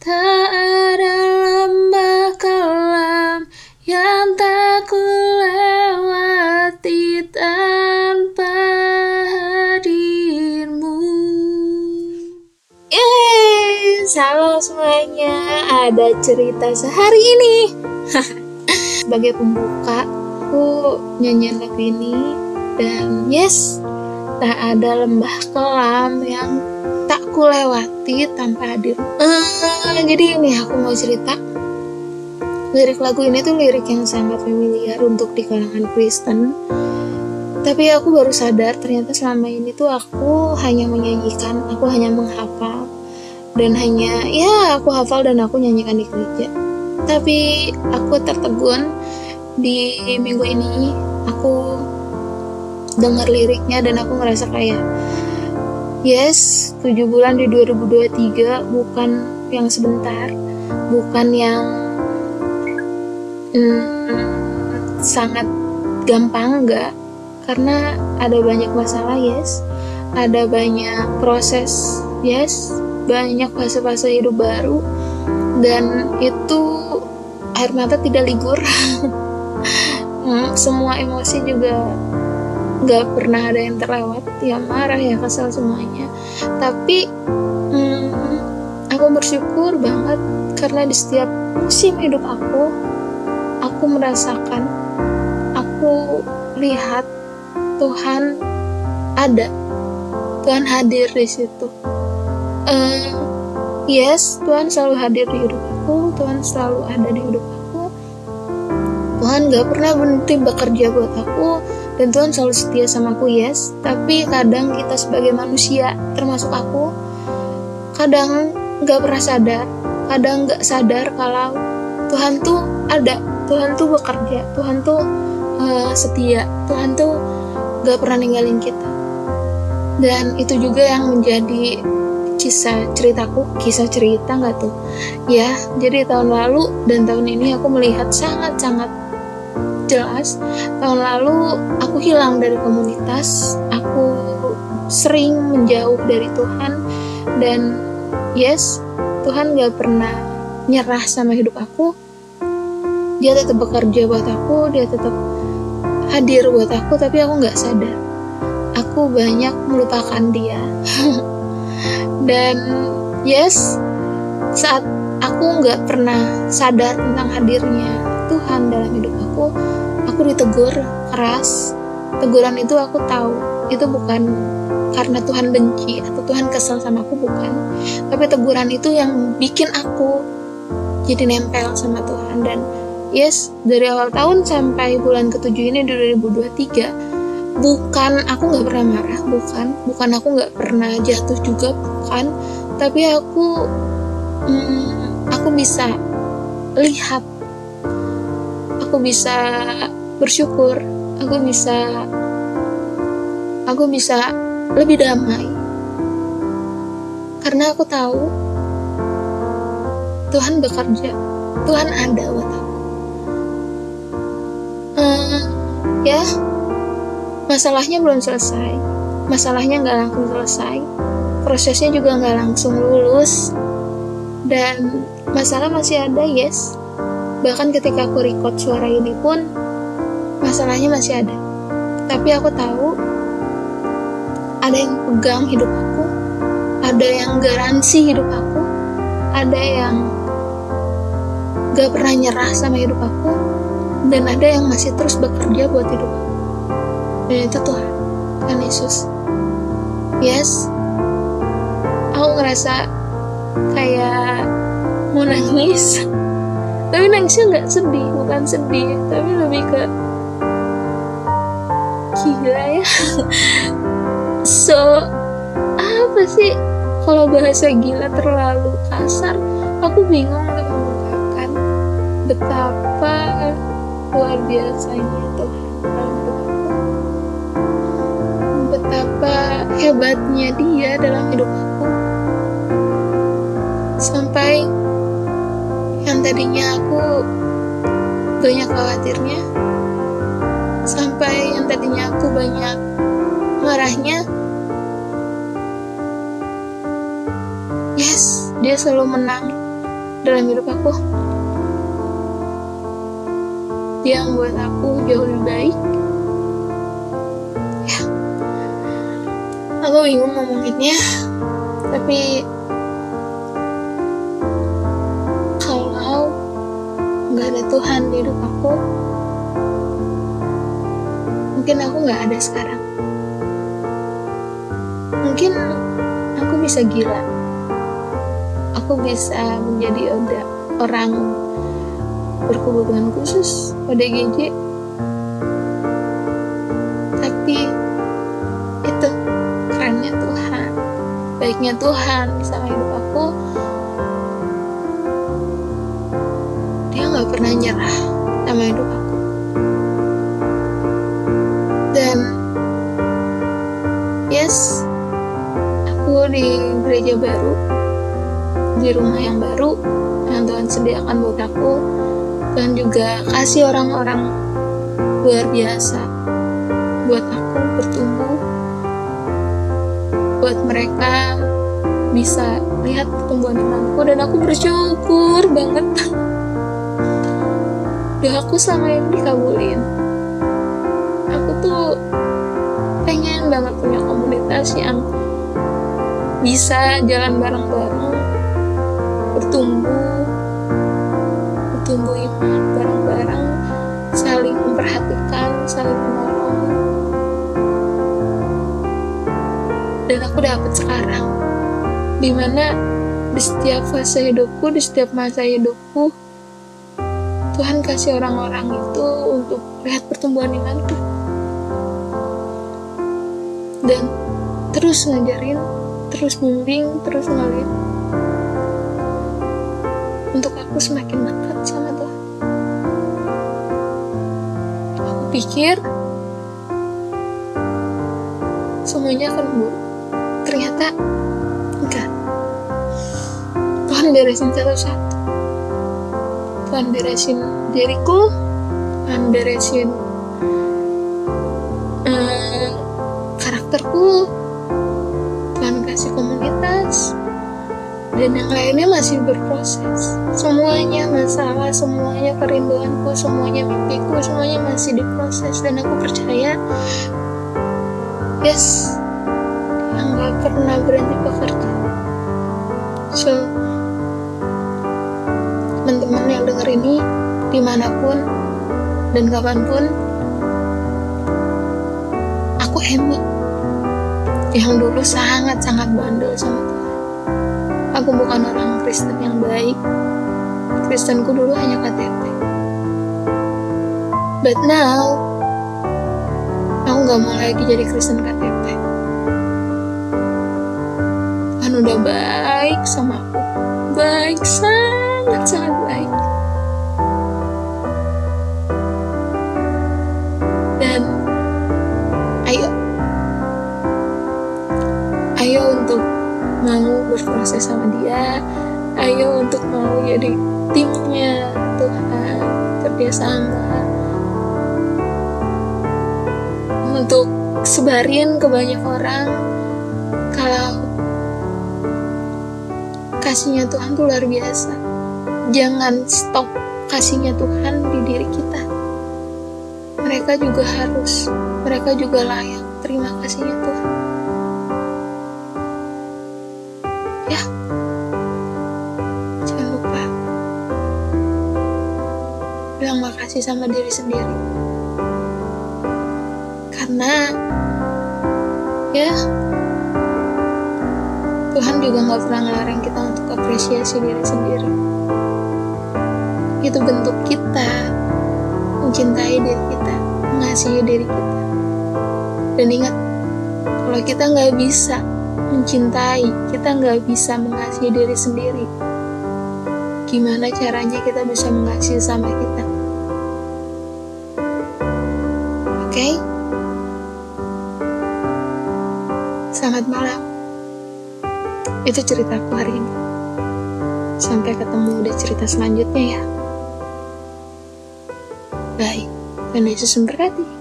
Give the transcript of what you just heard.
Tak ada lembah kelam yang tak ku lewati tanpa hadirmu. Halo semuanya, ada cerita sehari ini. Sebagai pembuka, aku nyanyiin lagu ini. Dan yes, tak ada lembah kelam yang tak ku lewati tanpa hadir. Jadi ini aku mau cerita. Lirik lagu ini tuh lirik yang sangat familiar untuk di kalangan Kristen. Tapi aku baru sadar ternyata selama ini tuh aku hanya menyanyikan, aku hanya menghafal. Dan hanya, aku hafal dan aku nyanyikan di gereja. Tapi aku tertegun di minggu ini, aku dengar liriknya dan aku ngerasa kayak, yes, 7 bulan di 2023 bukan yang sebentar, bukan yang sangat gampang, enggak. Karena ada banyak masalah, yes, ada banyak proses, yes, banyak fase-fase hidup baru, dan itu air mata tidak libur. Semua emosi juga gak pernah ada yang terlewat, ya marah, ya kesal, semuanya. Tapi aku bersyukur banget karena di setiap musim hidup aku merasakan, aku lihat Tuhan ada, Tuhan hadir di situ. Yes, Tuhan selalu hadir di hidup aku, Tuhan selalu ada di hidup aku. Tuhan gak pernah berhenti bekerja buat aku, dan Tuhan selalu setia sama aku, yes. Tapi kadang kita sebagai manusia, termasuk aku, kadang gak pernah sadar, kadang gak sadar kalau Tuhan tuh ada, Tuhan tuh bekerja, Tuhan tuh setia, Tuhan tuh gak pernah ninggalin kita. Dan itu juga yang menjadi kisah cerita nggak tuh ya. Jadi tahun lalu dan tahun ini aku melihat sangat-sangat jelas. Tahun lalu aku hilang dari komunitas, aku sering menjauh dari Tuhan, dan yes, Tuhan gak pernah nyerah sama hidup aku. Dia tetap bekerja buat aku, dia tetap hadir buat aku, tapi aku gak sadar aku banyak melupakan dia. Dan yes, saat aku gak pernah sadar tentang hadirnya Tuhan dalam hidup aku ditegur keras. Teguran itu aku tahu, itu bukan karena Tuhan benci atau Tuhan kesel sama aku, bukan. Tapi teguran itu yang bikin aku jadi nempel sama Tuhan. Dan yes, dari awal tahun sampai bulan ke-7 ini di 2023, bukan aku gak pernah marah, bukan aku gak pernah jatuh juga, bukan. Tapi aku bisa lihat, aku bisa bersyukur, aku bisa lebih damai, karena aku tahu Tuhan bekerja, Tuhan ada buat aku. Ya, masalahnya belum selesai, masalahnya gak langsung selesai, prosesnya juga gak langsung lulus, dan masalah masih ada, yes. Bahkan ketika aku record suara ini pun masalahnya masih ada. Tapi aku tahu ada yang pegang hidup aku, ada yang garansi hidup aku, ada yang gak pernah nyerah sama hidup aku, dan ada yang masih terus bekerja buat hidup aku. Dan itu Tuhan Yesus. Yes, aku ngerasa kayak mau nangis. Tapi nangisnya gak sedih, bukan sedih, tapi lebih ke gila ya. So, apa sih, kalau bahasa gila terlalu kasar, aku bingung untuk mengungkapkan betapa luar biasanya Tuhan dalam hidup aku, betapa hebatnya Dia dalam hidup aku. Sampai yang tadinya aku banyak khawatirnya, sampai yang tadinya aku banyak marahnya, yes, Dia selalu menang. dalam hidup aku. Dia membuat aku jauh lebih baik. Ya, aku bingung ngomonginnya, tapi kalau nggak ada Tuhan di hidup aku, mungkin aku nggak ada sekarang. Mungkin aku bisa gila, aku bisa menjadi orang berkebutuhan khusus, ODGJ. Tapi itu kerennya Tuhan, baiknya Tuhan sama hidup aku. Dia gak pernah nyerah sama hidup aku. Dan yes, aku di gereja baru, di rumah yang baru yang Tuhan sediakan buat aku, dan juga kasih orang-orang luar biasa buat aku bertumbuh, buat mereka bisa lihat pertumbuhan imanku, dan aku bersyukur banget doaku selama ini dikabulin. Aku tuh pengen banget punya komunitas yang bisa jalan bareng-bareng, bertumbuh iman bareng-bareng, saling memperhatikan, saling menolong. Dan aku dapat sekarang, dimana di setiap fase hidupku, di setiap masa hidupku, Tuhan kasih orang-orang itu untuk lihat pertumbuhan imanku, dan terus ngajarin, terus bimbing, terus ngalir untuk aku semakin dekat sama Tuhan. Aku pikir semuanya akan buruk, ternyata enggak. Tuhan beresin satu-satu. Tuhan beresin diriku, Tuhan beresin karakterku, Tuhan kasih komunitas, dan yang lainnya masih berproses. Semuanya masalah, semuanya kerinduanku, semuanya mimpiku, semuanya masih diproses. Dan aku percaya, yes, yang gak pernah berhenti bekerja. So, teman-teman yang denger ini, dimanapun dan kapanpun, aku Emi yang dulu sangat-sangat bandel sama Tuhan. Aku bukan orang Kristen yang baik. Kristenku dulu hanya KTP. But now, aku gak mau lagi jadi Kristen KTP. Tuhan udah baik sama aku. Baik, sangat-sangat baik. Dan ayo untuk mau berproses sama Dia, ayo untuk mau jadi timnya Tuhan, kerjasama untuk sebarin ke banyak orang kalau kasihnya Tuhan tuh luar biasa. Jangan stop kasihnya Tuhan di diri kita. Mereka juga layak terima kasihnya Tuhan. Ya, jangan lupa bilang makasih sama diri sendiri, karena ya Tuhan juga gak pernah ngelarang kita untuk apresiasi diri sendiri. Itu bentuk kita mencintai diri kita, mengasihi diri kita. Dan ingat, kalau kita gak bisa mencintai, kita gak bisa mengasihi diri sendiri, gimana caranya kita bisa mengasihi sama kita? Oke? Selamat malam. Itu ceritaku hari ini. Sampai ketemu di cerita selanjutnya ya. Bye. Dan Yesus memberkati.